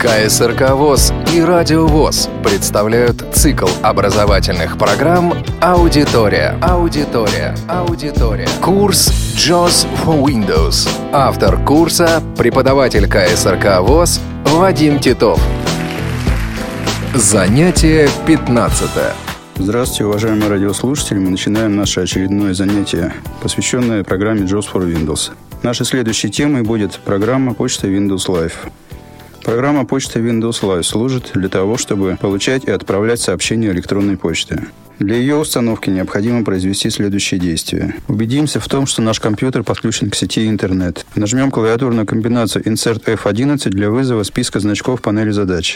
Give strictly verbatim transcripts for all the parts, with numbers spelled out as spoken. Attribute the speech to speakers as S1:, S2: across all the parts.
S1: ка эс эр ка ВОС и Радио ВОС представляют цикл образовательных программ «Аудитория». Аудитория. Аудитория. Курс джоус for Windows. Автор курса – преподаватель ка эс эр ка ВОС Вадим Титов. Занятие пятнадцатое.
S2: Здравствуйте, уважаемые радиослушатели. Мы начинаем наше очередное занятие, посвященное программе джоус for Windows. Нашей следующей темой будет программа «Почта Windows Live». Программа «Почта Windows Live» служит для того, чтобы получать и отправлять сообщения электронной почты. Для ее установки необходимо произвести следующие действия. Убедимся в том, что наш компьютер подключен к сети интернет. Нажмем клавиатурную комбинацию Insert эф одиннадцать для вызова списка значков панели задач.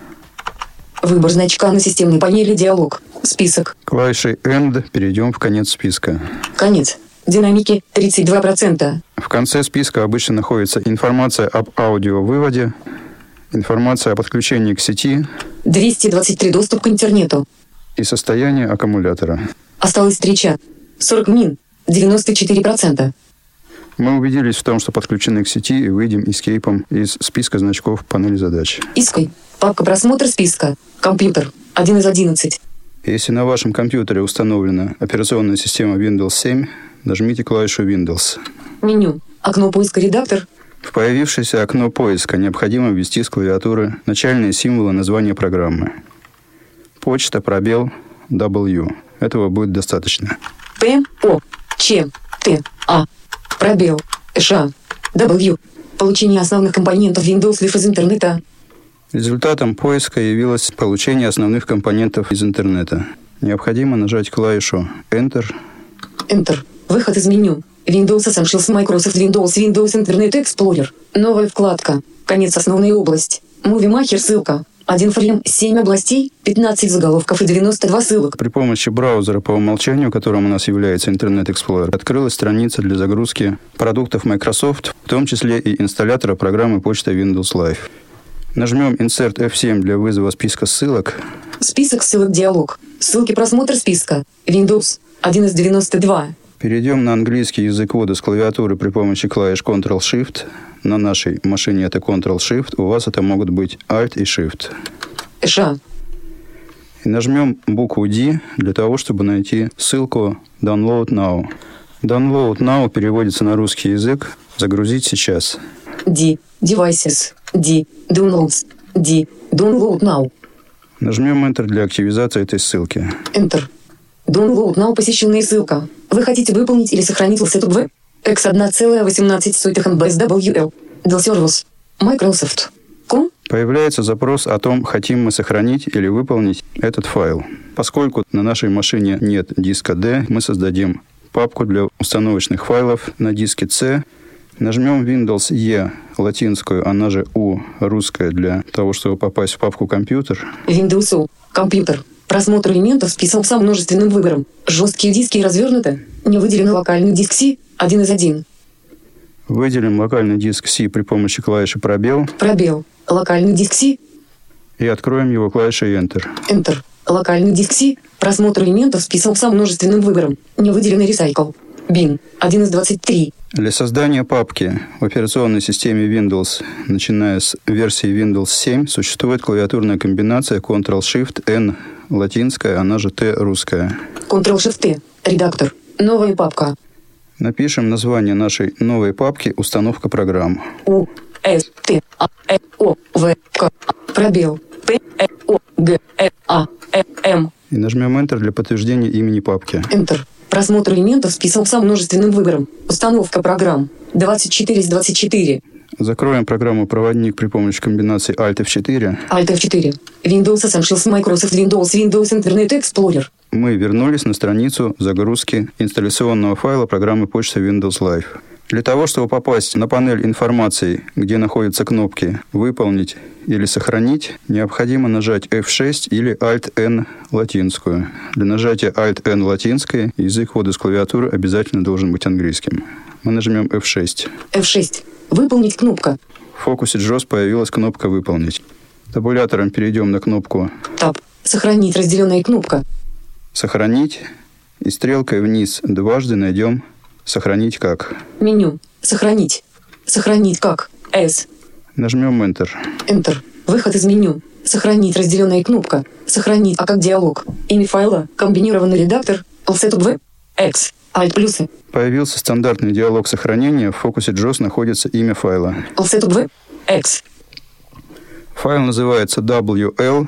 S3: Выбор значка на системной панели «Диалог». Список.
S2: Клавишей End перейдем в конец списка.
S3: Конец. Динамики тридцать два процента.
S2: В конце списка обычно находится информация об аудиовыводе, информация о подключении к сети,
S3: двести двадцать три доступ к интернету
S2: и состояние аккумулятора.
S3: Осталось три чат. сорок мин. девяносто четыре процента.
S2: Мы убедились в том, что подключены к сети, и выйдем эскейпом из списка значков панели задач.
S3: Искай. Папка «Просмотр списка». Компьютер. один из одиннадцати.
S2: Если на вашем компьютере установлена операционная система Windows семь, нажмите клавишу Windows.
S3: Меню. Окно поиска «Редактор».
S2: В появившееся окно поиска необходимо ввести с клавиатуры начальные символы названия программы. Почта, пробел, W. Этого будет достаточно.
S3: П, О, Ч, Т, А, пробел, Ш, W. Получение основных компонентов Windows Live из интернета.
S2: Результатом поиска явилось получение основных компонентов из интернета. Необходимо нажать клавишу Enter.
S3: Enter. Выход из меню. Windows Essentials, Microsoft Windows, Windows Internet Explorer. Новая вкладка. Конец основной область. Movie Maker ссылка. Один фрейм, семь областей, пятнадцать заголовков и девяносто два ссылок.
S2: При помощи браузера по умолчанию, которым у нас является Internet Explorer, открылась страница для загрузки продуктов Microsoft, в том числе и инсталлятора программы «Почта Windows Live». Нажмем Insert эф семь для вызова списка ссылок.
S3: Список ссылок «Диалог». Ссылки «Просмотр списка». Windows один из девяноста два.
S2: Перейдем на английский язык ввода с клавиатуры при помощи клавиш контрол-шифт. На нашей машине это контрол-шифт, у вас это могут быть Alt и Shift.
S3: Ш.
S2: И нажмем букву D для того, чтобы найти ссылку Download Now. Download Now переводится на русский язык «загрузить сейчас».
S3: D. Devices. D. Downloads. D. Download Now.
S2: Нажмем Enter для активизации этой ссылки.
S3: Enter. Download Now посещенная ссылка. Вы хотите выполнить или сохранить сетап веб? X один целых восемнадцать сотых эм би эс дабл ю эл. Dell Service. Microsoft. Com.
S2: Появляется запрос о том, хотим мы сохранить или выполнить этот файл. Поскольку на нашей машине нет диска D, мы создадим папку для установочных файлов на диске C. Нажмем Windows E, латинскую, она же U, русская, для того, чтобы попасть в папку «Компьютер».
S3: Windows U. Компьютер. Просмотр элементов список со множественным выбором. Жесткие диски развернуты. Не выделен локальный диск C один из одного.
S2: Выделим локальный диск C при помощи клавиши «Пробел».
S3: Пробел. Локальный диск C.
S2: И откроем его клавишей Enter.
S3: Enter. Локальный диск C. Просмотр элементов список со множественным выбором. Не выделенный Recycle. Bin. один из двадцати трёх. Для
S2: создания папки в операционной системе Windows, начиная с версии Windows семь, существует клавиатурная комбинация контрол-шифт-N, латинская, она же T, русская.
S3: контрол-шифт-T. Редактор. Новая папка.
S2: Напишем название нашей новой папки «Установка программ».
S3: У, С, Т, А, Э, О, В, К, пробел, П, Э, О, Г, Э, А, Э, М.
S2: И нажмем Enter для подтверждения имени папки.
S3: Enter. Просмотр элементов список со множественным выбором. Установка программ. двадцать четыре из двадцати четырёх.
S2: Закроем программу «Проводник» при помощи комбинации Alt эф четыре.
S3: Alt эф четыре. Windows Essentials, Microsoft Windows, Windows Internet Explorer.
S2: Мы вернулись на страницу загрузки инсталляционного файла программы «Почта Windows Live». Для того, чтобы попасть на панель информации, где находятся кнопки «Выполнить» или «Сохранить», необходимо нажать эф шесть или Alt-N латинскую. Для нажатия Alt-N латинской язык ввода с клавиатуры обязательно должен быть английским. Мы нажмем эф шесть.
S3: эф шесть. Выполнить кнопка.
S2: В фокусе джоус появилась кнопка «Выполнить». Табулятором перейдем на кнопку
S3: Tab. Сохранить разделенная кнопка.
S2: «Сохранить». И стрелкой вниз дважды найдем «Сохранить как».
S3: Меню. Сохранить. Сохранить как. S.
S2: Нажмем Enter.
S3: Enter. Выход из меню. Сохранить разделенная кнопка. Сохранить а как диалог. Имя файла. Комбинированный редактор. Offset V. X. Alt плюсы.
S2: Появился стандартный диалог сохранения. В фокусе джос находится имя файла.
S3: Offset V. X.
S2: Файл называется дабл ю эл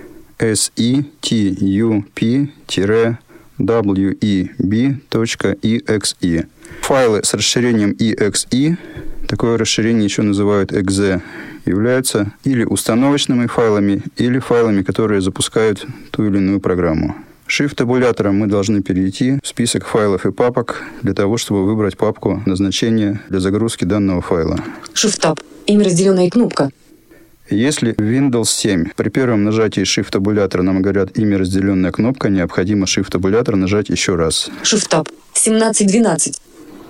S2: эс и ти ю пи дабл ю и би точка и экс и. Файлы с расширением и экс и, такое расширение еще называют экзе, являются или установочными файлами, или файлами, которые запускают ту или иную программу. Shift-табулятором мы должны перейти в список файлов и папок для того, чтобы выбрать папку назначения для загрузки данного файла.
S3: Shift-таб. Имя разделенная кнопка.
S2: Если в Windows семь при первом нажатии Shift-табулятора нам говорят имя разделенная кнопка, необходимо Shift-табулятор нажать еще раз.
S3: Shift-таб. семнадцать двенадцать.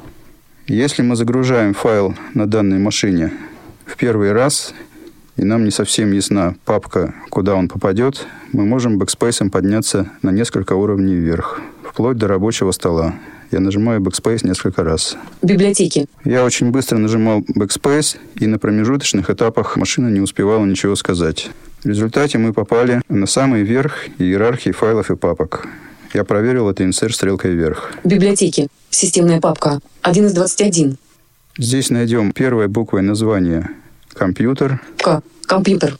S2: Если мы загружаем файл на данной машине в первый раз, и нам не совсем ясна папка, куда он попадет, мы можем бэкспейсом подняться на несколько уровней вверх, вплоть до рабочего стола. Я нажимаю Backspace несколько раз.
S3: Библиотеки.
S2: Я очень быстро нажимал Backspace, и на промежуточных этапах машина не успевала ничего сказать. В результате мы попали на самый верх иерархии файлов и папок. Я проверил это инсерт стрелкой вверх.
S3: Библиотеки. Системная папка. один из двадцати один.
S2: Здесь найдем первой буквой название «Компьютер».
S3: К. Компьютер.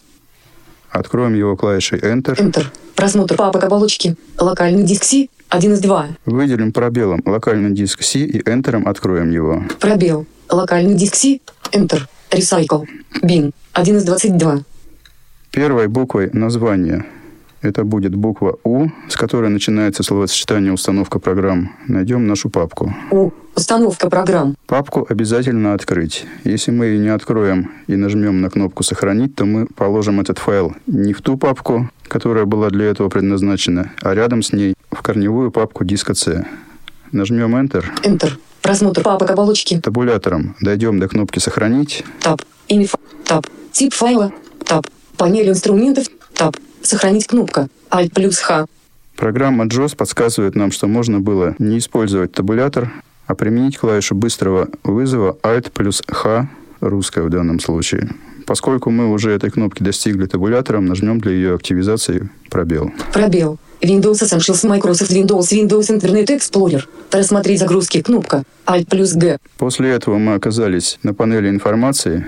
S2: Откроем его клавишей Enter.
S3: Enter. Просмотр папок оболочки. Локальный диск C. один из два.
S2: Выделим пробелом локальный диск C и Enter'ом откроем его.
S3: Пробел. Локальный диск C. Enter. Recycle. Bin. один из двадцати двух.
S2: Первой буквой названия это будет буква У, с которой начинается словосочетание «Установка программ». Найдем нашу папку.
S3: У. Установка программ.
S2: Папку обязательно открыть. Если мы ее не откроем и нажмем на кнопку «Сохранить», то мы положим этот файл не в ту папку, которая была для этого предназначена, а рядом с ней в корневую папку диска C. Нажмем Enter.
S3: Enter. Просмотр папок оболочки.
S2: Табулятором дойдем до кнопки «Сохранить».
S3: Таб. Имя файла. Таб. Тип файла. Таб. Панель инструментов. Таб. Сохранить кнопка. Alt плюс Х.
S2: Программа джос подсказывает нам, что можно было не использовать табулятор, а применить клавишу быстрого вызова Alt плюс Х, русская в данном случае. Поскольку мы уже этой кнопки достигли табулятором, нажмем для ее активизации пробел.
S3: Пробел. Windows Essentials Microsoft Windows Windows Internet Explorer. Просмотреть загрузки кнопка. Alt плюс Г.
S2: После этого мы оказались на панели информации.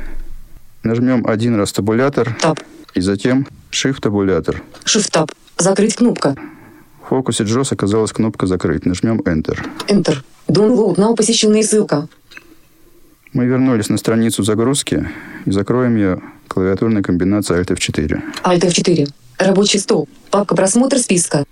S2: Нажмем один раз табулятор.
S3: Таб.
S2: И затем Shift-табулятор.
S3: Shift-таб. Закрыть кнопка.
S2: В фокусе джос оказалась кнопка «Закрыть». Нажмем Enter.
S3: Enter. Download now посещенная ссылка.
S2: Мы вернулись на страницу загрузки и закроем ее клавиатурной комбинацией Alt эф четыре.
S3: Alt эф четыре. Рабочий стол. Папка «Просмотр списка».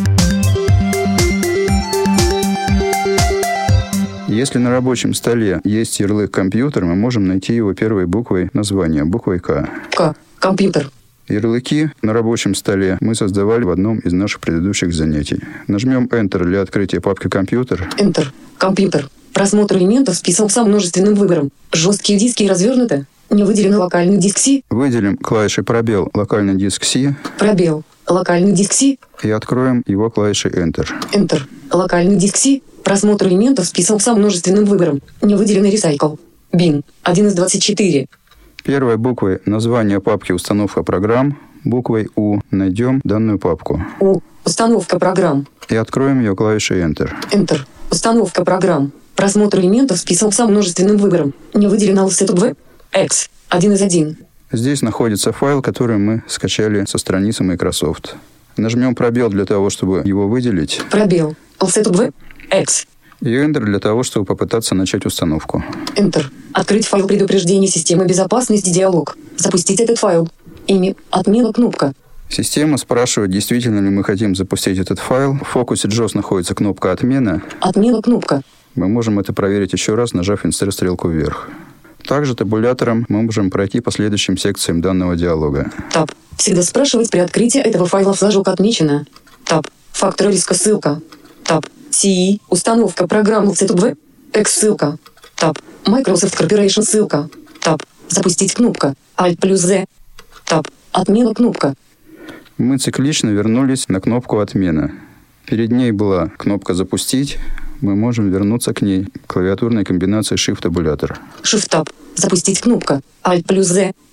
S2: Если на рабочем столе есть ярлык «Компьютер», мы можем найти его первой буквой названия, буквой К.
S3: К. Компьютер.
S2: Ярлыки на рабочем столе мы создавали в одном из наших предыдущих занятий. Нажмем Enter для открытия папки «Компьютер».
S3: Enter. Компьютер. Просмотр элементов список со множественным выбором. Жесткие диски развернуты. Не выделен локальный диск C.
S2: Выделим клавишей пробел локальный диск C.
S3: Пробел. Локальный диск C.
S2: И откроем его клавишей Enter.
S3: Enter. Локальный диск C. Просмотр элементов список со множественным выбором. Не выделенный Recycle. Bin. один из двадцати четырёх.
S2: Первой буквой названия папки «Установка программ», буквой У, найдем данную папку.
S3: У. Установка программ.
S2: И откроем ее клавишей Enter.
S3: Enter. Установка программ. Просмотр элементов список со множественным выбором. Не выделен Offset V. X. один из одного.
S2: Здесь находится файл, который мы скачали со страницы Microsoft. Нажмем пробел для того, чтобы его выделить.
S3: Пробел. Offset V. X.
S2: И Enter для того, чтобы попытаться начать установку.
S3: Enter. Открыть файл предупреждения системы безопасности диалог. Запустить этот файл. Имя. Отмена кнопка.
S2: Система спрашивает, действительно ли мы хотим запустить этот файл. В фокусе джос находится кнопка «Отмена».
S3: Отмена кнопка.
S2: Мы можем это проверить еще раз, нажав инсерт стрелку вверх. Также табулятором мы можем пройти по следующим секциям данного диалога.
S3: Таб. Всегда спрашивать при открытии этого файла флажок отмечено. Таб. Фактор риска ссылка. Таб. си. Установка программы Offset V. X ссылка. Таб. Microsoft Corporation ссылка. Таб. Запустить кнопка. Alt плюс Z. Таб. Отмена кнопка.
S2: Мы циклично вернулись на кнопку «Отмена». Перед ней была кнопка «Запустить». Мы можем вернуться к ней клавиатурной комбинацией Shift-табулятор.
S3: Shift-таб. Запустить кнопка. Alt плюс Z.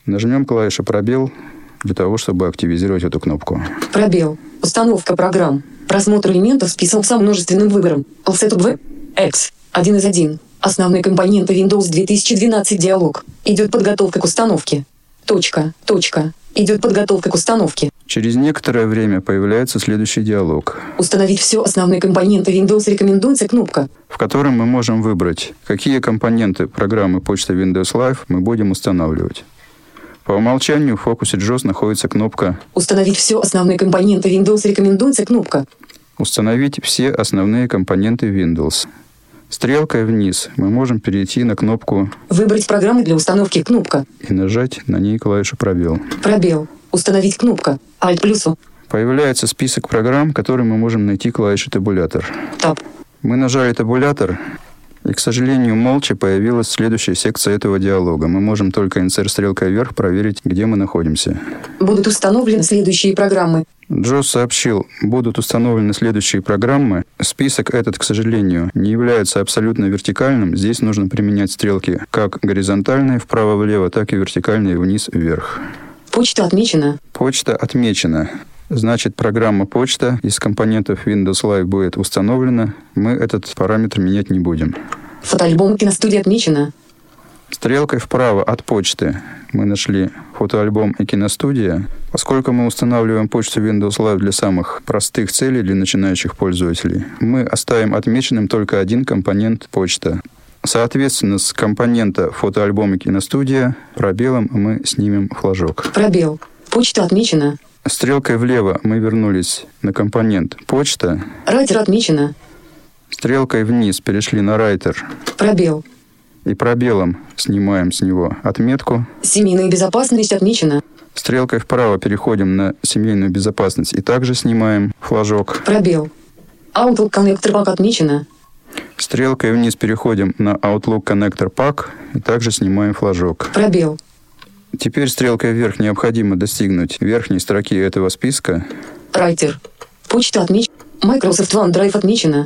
S2: Нажмем клавишу «Пробел» для того, чтобы активизировать эту кнопку.
S3: Пробел. Установка программ. Просмотр элементов список со множественным выбором. Offset V. X. один из один. Основные компоненты Windows две тысячи двенадцать диалог. Идет подготовка к установке. Точка. Точка. Идет подготовка к установке.
S2: Через некоторое время появляется следующий диалог.
S3: Установить все основные компоненты Windows рекомендуется кнопка,
S2: в котором мы можем выбрать, какие компоненты программы почта Windows Live мы будем устанавливать. По умолчанию в фокусе джос находится кнопка
S3: «Установить все основные компоненты Windows рекомендуется кнопка».
S2: «Установить все основные компоненты Windows». Стрелкой вниз мы можем перейти на кнопку
S3: «Выбрать программы для установки» кнопка
S2: и нажать на ней клавишу «Пробел».
S3: Пробел. Установить кнопка. Alt плюсу.
S2: Появляется список программ, которые мы можем найти клавишей «Табулятор».
S3: Таб.
S2: Мы нажали «Табулятор», и, к сожалению, молча появилась следующая секция этого диалога. Мы можем только insert стрелкой вверх проверить, где мы находимся.
S3: Будут установлены следующие программы.
S2: Джос сообщил, будут установлены следующие программы. Список этот, к сожалению, не является абсолютно вертикальным. Здесь нужно применять стрелки как горизонтальные вправо-влево, так и вертикальные вниз-вверх.
S3: Почта отмечена.
S2: Почта отмечена. Значит, программа почта из компонентов Windows Live будет установлена. Мы этот параметр менять не будем.
S3: Фотоальбом киностудия отмечена.
S2: Стрелкой вправо от почты мы нашли фотоальбом и киностудия. Поскольку мы устанавливаем почту Windows Live для самых простых целей, для начинающих пользователей, мы оставим отмеченным только один компонент почта. Соответственно, с компонента фотоальбом и киностудия пробелом мы снимем флажок.
S3: Пробел. Почта отмечена.
S2: Стрелкой влево мы вернулись на компонент почта.
S3: Райтер отмечена.
S2: Стрелкой вниз перешли на райтер.
S3: Пробел.
S2: И пробелом снимаем с него отметку.
S3: Семейная безопасность отмечена.
S2: Стрелкой вправо переходим на семейную безопасность и также снимаем флажок.
S3: Пробел. Outlook Connector Pack отмечена.
S2: Стрелкой вниз переходим на Outlook Connector Pack и также снимаем флажок.
S3: Пробел.
S2: Теперь стрелкой вверх необходимо достигнуть верхней строки этого списка.
S3: Райтер. Почта отмечена. Microsoft OneDrive отмечена.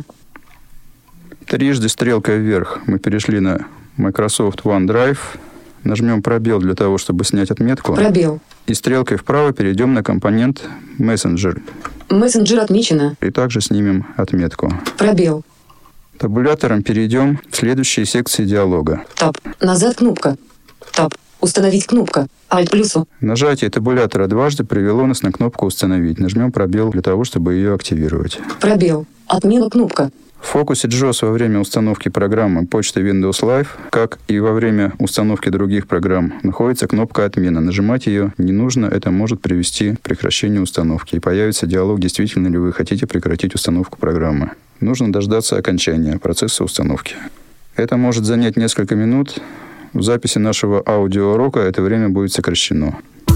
S2: Трижды стрелкой вверх мы перешли на Microsoft OneDrive. Нажмем пробел для того, чтобы снять отметку.
S3: Пробел.
S2: И стрелкой вправо перейдем на компонент Messenger.
S3: Messenger отмечена.
S2: И также снимем отметку.
S3: Пробел.
S2: Табулятором перейдем в следующие секции диалога.
S3: Таб. Назад кнопка. Таб. Установить кнопка. Alt плюсу.
S2: Нажатие табулятора дважды привело нас на кнопку «Установить». Нажмем пробел для того, чтобы ее активировать.
S3: Пробел. Отмена кнопка.
S2: В фокусе джос во время установки программы почта Windows Live, как и во время установки других программ, находится кнопка «Отмена». Нажимать ее не нужно, это может привести к прекращению установки. И появится диалог, действительно ли вы хотите прекратить установку программы. Нужно дождаться окончания процесса установки. Это может занять несколько минут. В записи нашего аудиоурока это время будет сокращено.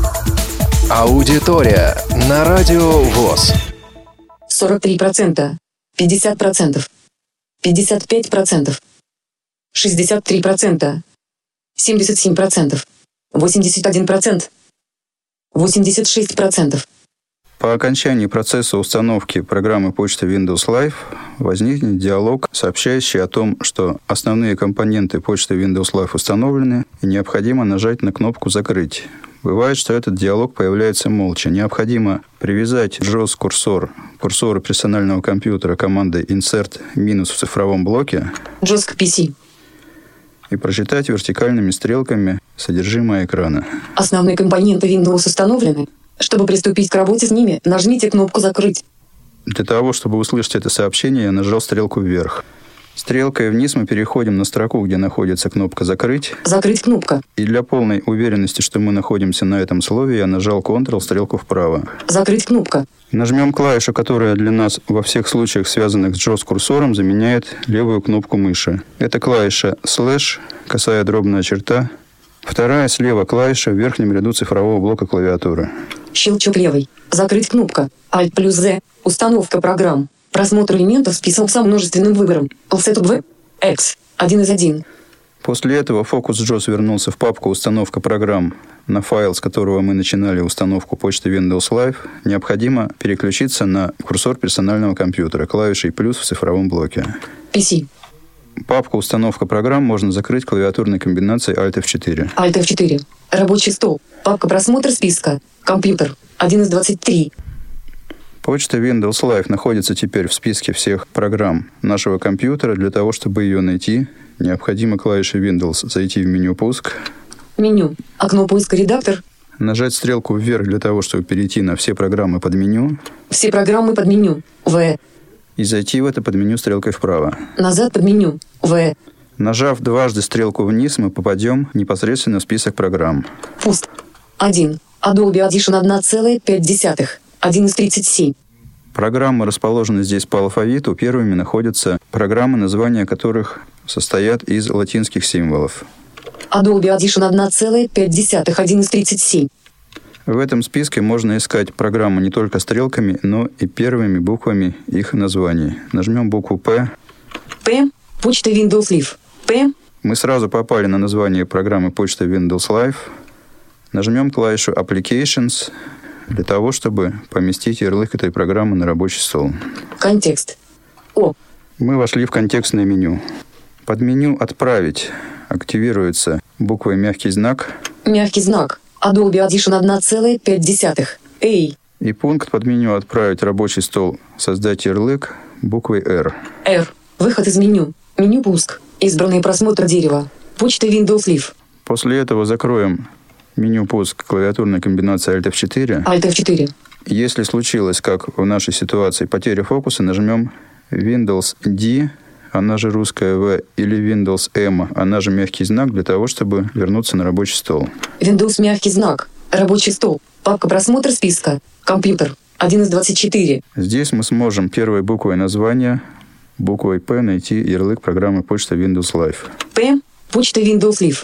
S1: Аудитория на Радио ВОС.
S3: сорок три процента. пятьдесят процентов. пятьдесят пять процентов. шестьдесят три процента. семьдесят семь процентов. восемьдесят один процент. восемьдесят шесть процентов.
S2: По окончании процесса установки программы почты Windows Live возникнет диалог, сообщающий о том, что основные компоненты почты Windows Live установлены и необходимо нажать на кнопку «Закрыть». Бывает, что этот диалог появляется молча. Необходимо привязать джос-курсор к курсору персонального компьютера командой Insert минус в цифровом блоке
S3: джос к пи си.
S2: И прочитать вертикальными стрелками содержимое экрана.
S3: Основные компоненты Windows установлены. Чтобы приступить к работе с ними, нажмите кнопку «Закрыть».
S2: Для того, чтобы услышать это сообщение, я нажал стрелку вверх. Стрелкой вниз мы переходим на строку, где находится кнопка «Закрыть».
S3: «Закрыть» кнопка.
S2: И для полной уверенности, что мы находимся на этом слове, я нажал Ctrl, стрелку вправо.
S3: «Закрыть» кнопка.
S2: Нажмем клавишу, которая для нас во всех случаях, связанных с джос-курсором, заменяет левую кнопку мыши. Это клавиша слэш, косая дробная черта. Вторая слева клавиша в верхнем ряду цифрового блока клавиатуры.
S3: Щелчок левой. «Закрыть» кнопка. Alt плюс Z. Установка программ. Просмотр элементов список со множественным выбором. Offset V. X. один из один.
S2: После этого фокус джос вернулся в папку «Установка программ». На файл, с которого мы начинали установку почты Windows Live, необходимо переключиться на курсор персонального компьютера клавишей «плюс» в цифровом блоке.
S3: пи си.
S2: Папку «Установка программ» можно закрыть клавиатурной комбинацией Alt эф четыре.
S3: Alt эф четыре. Рабочий стол. Папка «Просмотр списка». Компьютер. один из двадцати трёх.
S2: Почта Windows Live находится теперь в списке всех программ нашего компьютера. Для того, чтобы ее найти, необходимо клавишей Windows зайти в меню «Пуск».
S3: Меню. Окно поиска «Редактор».
S2: Нажать стрелку вверх для того, чтобы перейти на все программы под меню.
S3: Все программы под меню. В.
S2: И зайти в это подменю стрелкой вправо.
S3: Назад под меню. В.
S2: Нажав дважды стрелку вниз, мы попадем непосредственно в список программ.
S3: Пуск. один. Adobe Audition одна целая пять десятых. один из тридцати семи.
S2: Программы расположены здесь по алфавиту. Первыми находятся программы, названия которых состоят из латинских символов.
S3: Adobe Audition одна целая пять десятых. один из тридцати семи.
S2: В этом списке можно искать программы не только стрелками, но и первыми буквами их названий. Нажмем букву «П».
S3: П. Почта Windows Live. П.
S2: Мы сразу попали на название программы почта Windows Live. Нажмем клавишу Applications для того, чтобы поместить ярлык этой программы на рабочий стол.
S3: Контекст. О.
S2: Мы вошли в контекстное меню. Под меню «Отправить» активируется буквой мягкий знак.
S3: Мягкий знак. Adobe Audition одна целая пять десятых. Эй.
S2: И пункт под меню «Отправить рабочий стол», создать ярлык буквой R.
S3: R. Выход из меню. Меню «Пуск». Избранный просмотр дерева. Почта Windows Live.
S2: После этого закроем меню «Пуск» клавиатурной комбинации Alt эф четыре.
S3: Alt эф четыре.
S2: Если случилось, как в нашей ситуации, потеря фокуса, нажмем Windows D, она же русская В, или Windows M, она же мягкий знак, для того, чтобы вернуться на рабочий стол.
S3: Windows мягкий знак. Рабочий стол. Папка «Просмотр списка». Компьютер. один из двадцати четырёх.
S2: Здесь мы сможем первой буквой названия, буквой П, найти ярлык программы почта Windows Live.
S3: П. Почта Windows Live.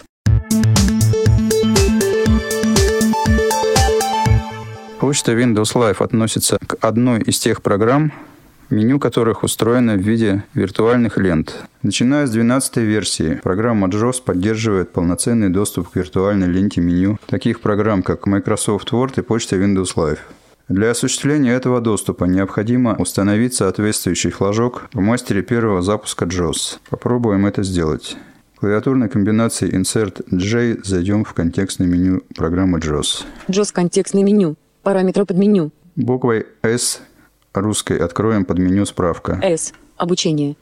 S2: Почта Windows Live относится к одной из тех программ, меню которых устроено в виде виртуальных лент. Начиная с двенадцатой версии, программа джос поддерживает полноценный доступ к виртуальной ленте меню таких программ, как Microsoft Word и почта Windows Live. Для осуществления этого доступа необходимо установить соответствующий флажок в мастере первого запуска джос. Попробуем это сделать. Клавиатурной комбинацией Insert J зайдем в контекстное меню программы джос.
S3: джос контекстное меню. Параметры под меню.
S2: Буквой S русской откроем под меню «Справка».
S3: S. Обучение.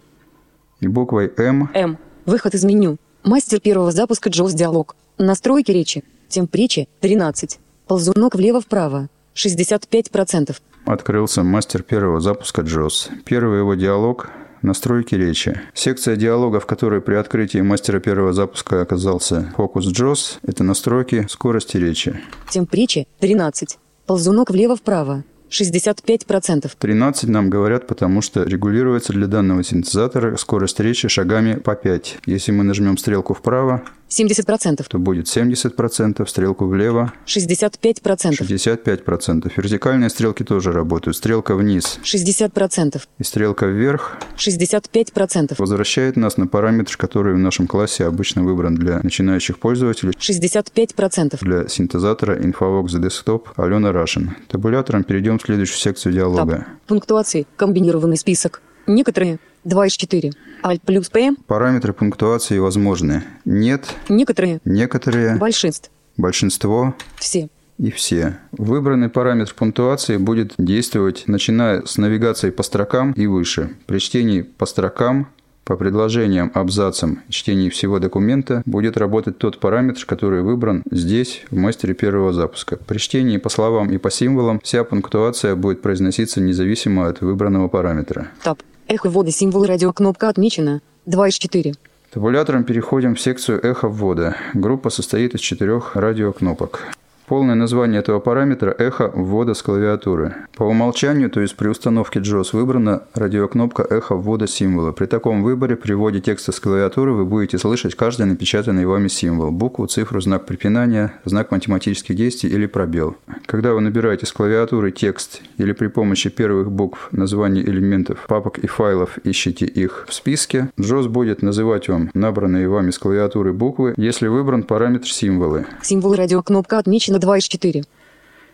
S2: И буквой M.
S3: М. Выход из меню. Мастер первого запуска джос диалог. Настройки речи. Темп речи тринадцать. Ползунок влево-вправо. шестьдесят пять процентов.
S2: Открылся мастер первого запуска джос. Первый его диалог – настройки речи. Секция диалога, в которой при открытии мастера первого запуска оказался фокус джос, это настройки скорости речи.
S3: Темп речи тринадцать. Ползунок влево-вправо. шестьдесят пять процентов.
S2: тринадцать нам говорят, потому что регулируется для данного синтезатора скорость речи шагами по пять. Если мы нажмем стрелку вправо,
S3: семьдесят процентов.
S2: то будет семьдесят процентов, стрелку влево
S3: шестьдесят пять процентов.
S2: шестьдесят пять процентов. Вертикальные стрелки тоже работают. Стрелка вниз
S3: шестьдесят процентов.
S2: и стрелка вверх
S3: шестьдесят пять процентов.
S2: возвращает нас на параметр, который в нашем классе обычно выбран для начинающих пользователей.
S3: шестьдесят пять процентов.
S2: Для синтезатора Infovox Desktop Алена Рашин. Табулятором перейдем в следующую секцию диалога.
S3: Таб. Пунктуации. Комбинированный список. Некоторые. два из четыре. Alt плюс P.
S2: Параметры пунктуации возможны. Нет.
S3: Некоторые.
S2: Некоторые.
S3: Большинств.
S2: Большинство.
S3: Все.
S2: И все. Выбранный параметр пунктуации будет действовать, начиная с навигации по строкам и выше. При чтении по строкам, по предложениям, абзацам, чтении всего документа будет работать тот параметр, который выбран здесь, в мастере первого запуска. При чтении по словам и по символам вся пунктуация будет произноситься независимо от выбранного параметра.
S3: Таб. Эхо ввода символ радиокнопка отмечена. два из четыре.
S2: Табулятором переходим в секцию эхо ввода. Группа состоит из четырех радиокнопок. Полное название этого параметра – эхо ввода с клавиатуры. По умолчанию, то есть при установке джос, выбрана радиокнопка эхо ввода символа. При таком выборе при вводе текста с клавиатуры вы будете слышать каждый напечатанный вами символ, букву, цифру, знак препинания, знак математических действий или пробел. Когда вы набираете с клавиатуры текст или при помощи первых букв названий элементов, папок и файлов ищите их в списке, джос будет называть вам набранные вами с клавиатуры буквы, если выбран параметр символы.
S3: Символ радиокнопка отмечена два из четыре.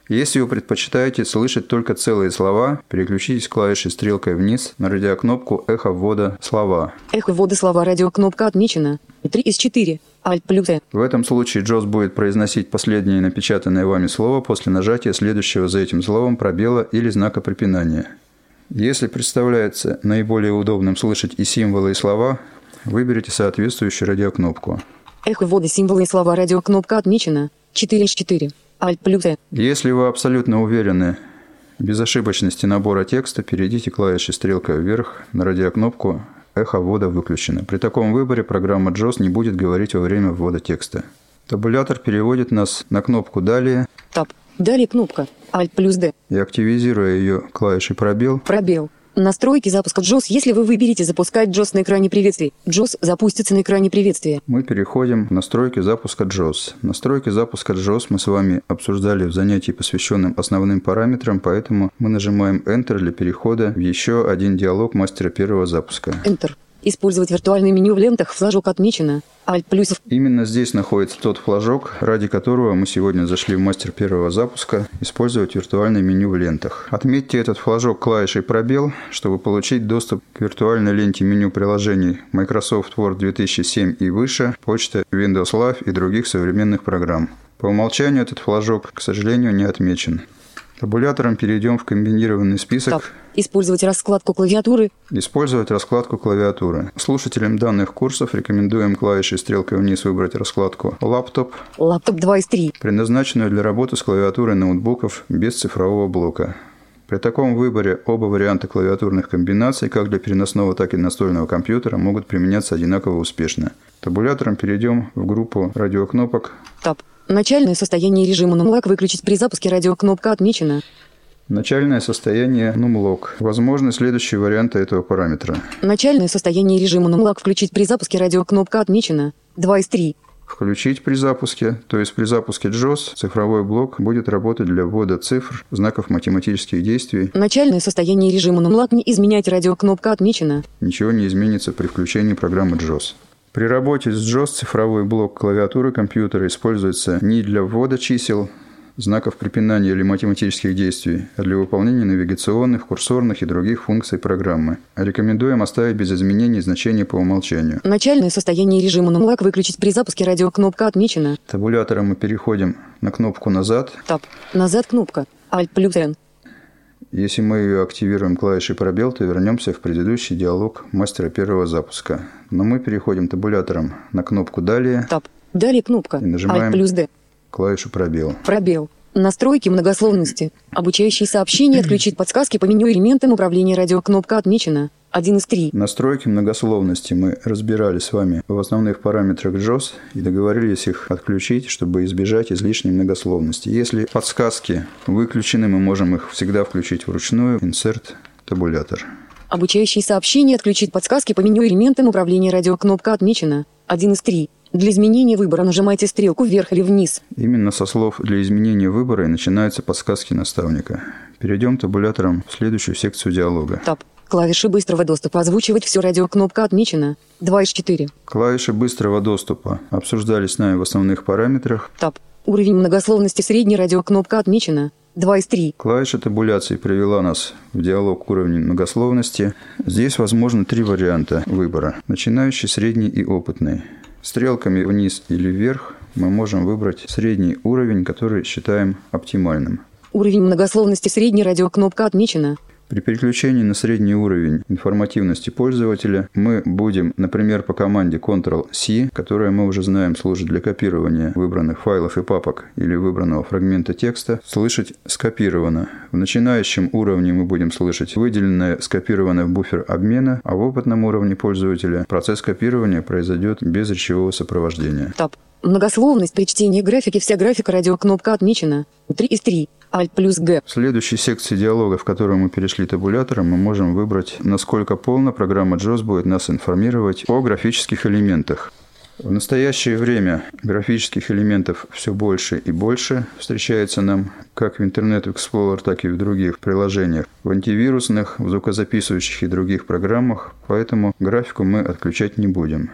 S2: Если вы предпочитаете слышать только целые слова, переключитесь клавишей стрелкой вниз на радиокнопку «Эхо ввода слова».
S3: Эхо ввода слова радиокнопка отмечена. три из четыре. Alt плюс Э.
S2: В этом случае джос будет произносить последнее напечатанное вами слово после нажатия следующего за этим словом пробела или знака препинания. Если представляется наиболее удобным слышать и символы, и слова, выберите соответствующую радиокнопку.
S3: Эхо ввода символы и слова радиокнопка отмечена. четыре из четыре. Alt плюс Э.
S2: Если вы абсолютно уверены в безошибочности набора текста, перейдите клавишей стрелкой вверх на радиокнопку «Эхо ввода выключено». При таком выборе программа джос не будет говорить во время ввода текста. Табулятор переводит нас на кнопку «Далее».
S3: Таб. Далее кнопка Alt плюс Д.
S2: И активизируя ее клавишей «Пробел»,
S3: Пробел. Настройки запуска джос. Если вы выберете запускать джос на экране приветствий, джос запустится на экране приветствия.
S2: мы переходим в настройки запуска джос. Настройки запуска джос мы с вами обсуждали в занятии, посвященном основным параметрам, поэтому мы нажимаем Enter для перехода в еще один диалог мастера первого запуска.
S3: Enter. Использовать виртуальное меню в лентах. Флажок отмечено. Alt плюс F.
S2: Именно здесь находится тот флажок, ради которого мы сегодня зашли в мастер первого запуска, использовать виртуальное меню в лентах. Отметьте этот флажок клавишей «Пробел», чтобы получить доступ к виртуальной ленте меню приложений Microsoft Word две тысячи семь и выше, почта, Windows Live и других современных программ. По умолчанию этот флажок, к сожалению, не отмечен. Табулятором перейдем в комбинированный список.
S3: Таб. Использовать раскладку клавиатуры.
S2: Использовать раскладку клавиатуры. Слушателям данных курсов рекомендуем клавишей стрелкой вниз выбрать раскладку «Лаптоп»,
S3: Лаптоп два из три.
S2: предназначенную для работы с клавиатурой ноутбуков без цифрового блока. При таком выборе оба варианта клавиатурных комбинаций, как для переносного, так и настольного компьютера, могут применяться одинаково успешно. Табулятором перейдем в группу радиокнопок.
S3: Таб. Начальное состояние режима Numlock выключить при запуске радиокнопка отмечена.
S2: Начальное состояние Numlock. Возможны следующие варианты этого параметра.
S3: Начальное состояние режима Numlock включить при запуске радиокнопка отмечена. два из три.
S2: Включить при запуске, то есть при запуске джос, цифровой блок будет работать для ввода цифр, знаков математических действий.
S3: Начальное состояние режима Numlock не изменять радиокнопка отмечена.
S2: Ничего не изменится при включении программы джос. При работе с джос цифровой блок клавиатуры компьютера используется не для ввода чисел, знаков препинания или математических действий, а для выполнения навигационных, курсорных и других функций программы. Рекомендуем оставить без изменений значения по умолчанию.
S3: Начальное состояние режима Numlock выключить при запуске радиокнопка отмечена.
S2: Табулятором мы переходим на кнопку «Назад».
S3: Таб. Назад кнопка Alt плюс N.
S2: Если мы ее активируем клавишей «Пробел», то вернемся в предыдущий диалог мастера первого запуска. Но мы переходим табулятором на кнопку «Далее».
S3: Таб. Далее кнопка
S2: И нажимаем
S3: Alt плюс D.
S2: клавишу «Пробел».
S3: Пробел. Настройки многословности. Обучающие сообщения. Отключить подсказки по меню элементам управления радиокнопка отмечена. один из три.
S2: Настройки многословности мы разбирали с вами в основных параметрах джос и договорились их отключить, чтобы избежать излишней многословности. Если подсказки выключены, мы можем их всегда включить вручную. Insert табулятор.
S3: Обучающие сообщения. Отключить подсказки по меню элементам управления радиокнопка отмечена. один из три. Для изменения выбора нажимайте стрелку вверх или вниз.
S2: Именно со слов «для изменения выбора» и начинаются подсказки наставника. Перейдем табулятором в следующую секцию диалога.
S3: Таб. Клавиши быстрого доступа. Озвучивать все радиокнопка отмечена. два из четыре.
S2: Клавиши быстрого доступа обсуждались с нами в основных параметрах.
S3: Таб. Уровень многословности средняя радиокнопка отмечена. два из три.
S2: Клавиша табуляции привела нас в диалог уровня многословности. Здесь возможно три варианта выбора. Начинающий, средний и опытный. Стрелками вниз или вверх мы можем выбрать средний уровень, который считаем оптимальным.
S3: Уровень многословности средняя радиокнопка отмечена.
S2: При переключении на средний уровень информативности пользователя мы будем, например, по команде контрол си, которая мы уже знаем служит для копирования выбранных файлов и папок или выбранного фрагмента текста, слышать скопировано. В начинающем уровне мы будем слышать выделенное скопированное в буфер обмена, а в опытном уровне пользователя процесс копирования произойдет без речевого сопровождения.
S3: Таб. Многословность при чтении графики. Вся графика радиокнопка отмечена. три из три. Alt плюс G.
S2: В следующей секции диалога, в которую мы перешли табулятором, мы можем выбрать, насколько полно программа джос будет нас информировать о графических элементах. В настоящее время графических элементов все больше и больше встречается нам как в Internet Explorer, так и в других приложениях, в антивирусных, в звукозаписывающих и других программах, поэтому графику мы отключать не будем.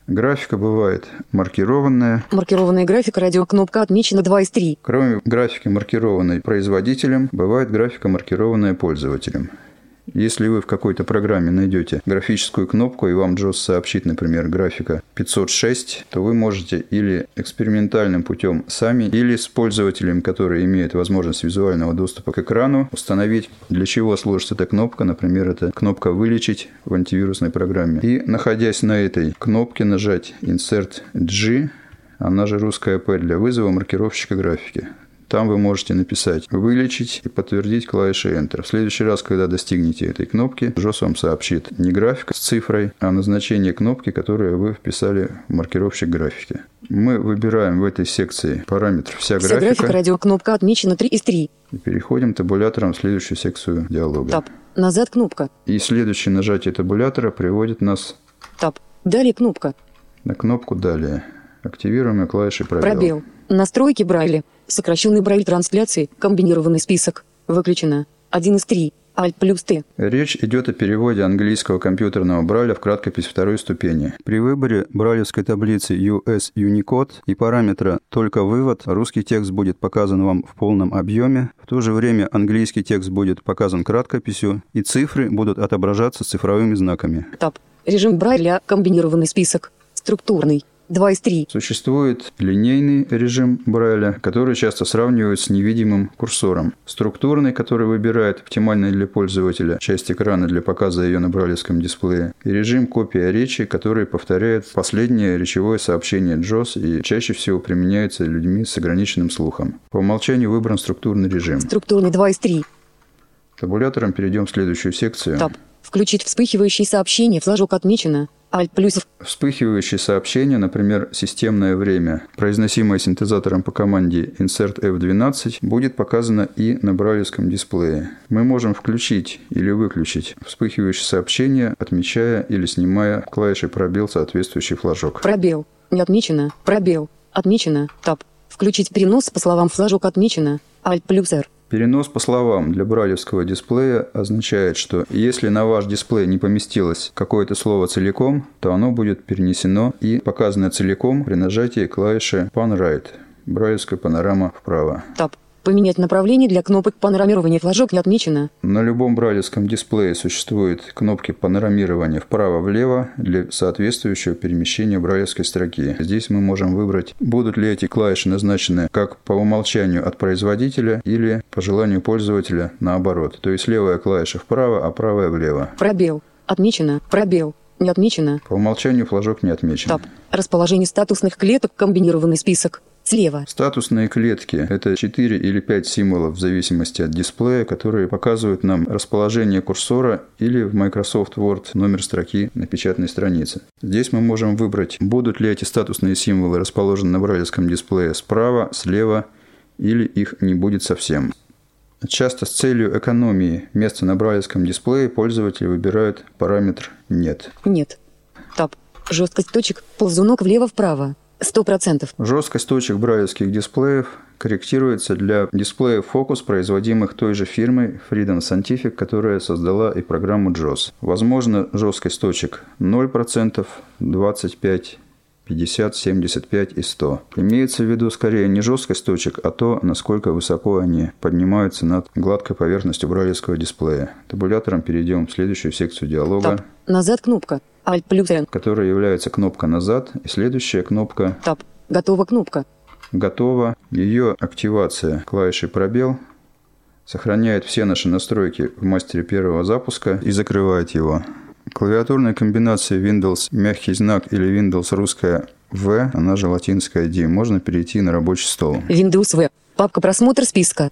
S2: Графика бывает маркированная.
S3: Маркированная графика радиокнопка отмечена два из три.
S2: Кроме графики, маркированной производителем, бывает графика, маркированная пользователем. Если вы в какой-то программе найдете графическую кнопку, и вам джос сообщит, например, графика пятьсот шесть, то вы можете или экспериментальным путем сами, или с пользователем, который имеет возможность визуального доступа к экрану, установить, для чего служит эта кнопка. Например, это кнопка «Вылечить» в антивирусной программе. И, находясь на этой кнопке, нажать Insert G, она же русская П, для вызова маркировщика графики. Там вы можете написать «Вылечить» и подтвердить клавишей Enter. В следующий раз, когда достигнете этой кнопки, джос вам сообщит не график с цифрой, а назначение кнопки, которую вы вписали в маркировщик графики. Мы выбираем в этой секции параметр «Вся,
S3: Вся
S2: графика».
S3: графика радиокнопка отмечена три из три.
S2: И переходим табулятором в следующую секцию диалога.
S3: Тап. Назад кнопка.
S2: И следующее нажатие табулятора приводит нас
S3: Тап. Далее кнопка.
S2: на кнопку «Далее». Активируем клавишей «Пробел».
S3: Пробел. Настройки Брайля. Сокращенный Брайль трансляции. Комбинированный список. Выключено. один из три. Alt плюс Т.
S2: Речь идет о переводе английского компьютерного Брайля в краткопись второй ступени. При выборе брайлевской таблицы ю эс Unicode и параметра «Только вывод» русский текст будет показан вам в полном объеме. В то же время английский текст будет показан краткописью, и цифры будут отображаться цифровыми знаками.
S3: Тап. Режим Брайля. Комбинированный список. Структурный. два из три.
S2: Существует линейный режим Брайля, который часто сравнивают с невидимым курсором. Структурный, который выбирает оптимальный для пользователя часть экрана для показа ее на брайлевском дисплее. И режим копия речи, который повторяет последнее речевое сообщение джос и чаще всего применяется людьми с ограниченным слухом. По умолчанию выбран структурный режим.
S3: Структурный два из три.
S2: Табулятором перейдем в следующую секцию.
S3: Тап. Включить вспыхивающие сообщения. Флажок отмечено. Alt плюс.
S2: Вспыхивающие сообщения, например, системное время, произносимое синтезатором по команде Insert эф двенадцать, будет показано и на брайлевском дисплее. Мы можем включить или выключить вспыхивающие сообщения, отмечая или снимая клавишей «Пробел» соответствующий флажок.
S3: Пробел. Не отмечено. Пробел. Отмечено. Тап. Включить перенос по словам. Флажок отмечено. Alt плюс R.
S2: Перенос по словам для брайлевского дисплея означает, что если на ваш дисплей не поместилось какое-то слово целиком, то оно будет перенесено и показано целиком при нажатии клавиши Pan Right, брайлевская панорама вправо.
S3: Тап. Поменять направление для кнопок панорамирования. Флажок не отмечено.
S2: На любом брайлевском дисплее существуют кнопки панорамирования вправо-влево для соответствующего перемещения брайлевской строки. Здесь мы можем выбрать, будут ли эти клавиши назначены как по умолчанию от производителя или по желанию пользователя наоборот. То есть левая клавиша вправо, а правая влево.
S3: Пробел. Отмечено. Пробел. Не отмечено.
S2: По умолчанию флажок не отмечен.
S3: Тап. Расположение статусных клеток. Комбинированный список. Слева.
S2: Статусные клетки – это четыре или пять символов в зависимости от дисплея, которые показывают нам расположение курсора или в Microsoft Word номер строки на печатной странице. Здесь мы можем выбрать, будут ли эти статусные символы расположены на брайлевском дисплее справа, слева или их не будет совсем. Часто с целью экономии места на брайлевском дисплее пользователи выбирают параметр «Нет».
S3: Нет. Тап. Жесткость точек. Ползунок влево-вправо. сто процентов.
S2: Жесткость точек брайлевских дисплеев корректируется для дисплеев фокус, производимых той же фирмой Freedom Scientific, которая создала и программу джос. Возможно жесткость точек ноль процентов, двадцать пять процентов, пятьдесят, семьдесят пять и сто. Имеется в виду скорее не жесткость точек, а то, насколько высоко они поднимаются над гладкой поверхностью брайлевского дисплея. Табулятором перейдем в следующую секцию диалога.
S3: Тап. Назад кнопка. Alt плюс N.
S2: Которая является кнопка «Назад». И следующая кнопка
S3: Тап. Готова кнопка.
S2: «Готово». Ее активация клавишей «Пробел» сохраняет все наши настройки в мастере первого запуска и закрывает его. Клавиатурная комбинация Windows мягкий знак или Windows русская V, она же латинская D, можно перейти на рабочий стол.
S3: Windows V. Папка «Просмотр списка».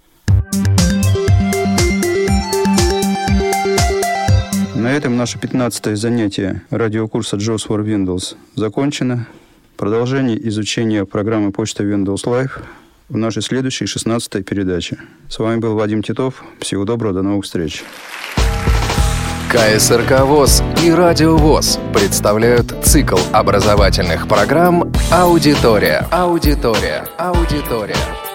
S2: На этом наше пятнадцатое занятие радиокурса джос for Windows закончено. Продолжение изучения программы почта Windows Live в нашей следующей шестнадцатой передаче. С вами был Вадим Титов. Всего доброго, до новых встреч.
S1: КСРК ВОС и Радио ВОС представляют цикл образовательных программ «Аудитория». Аудитория. Аудитория.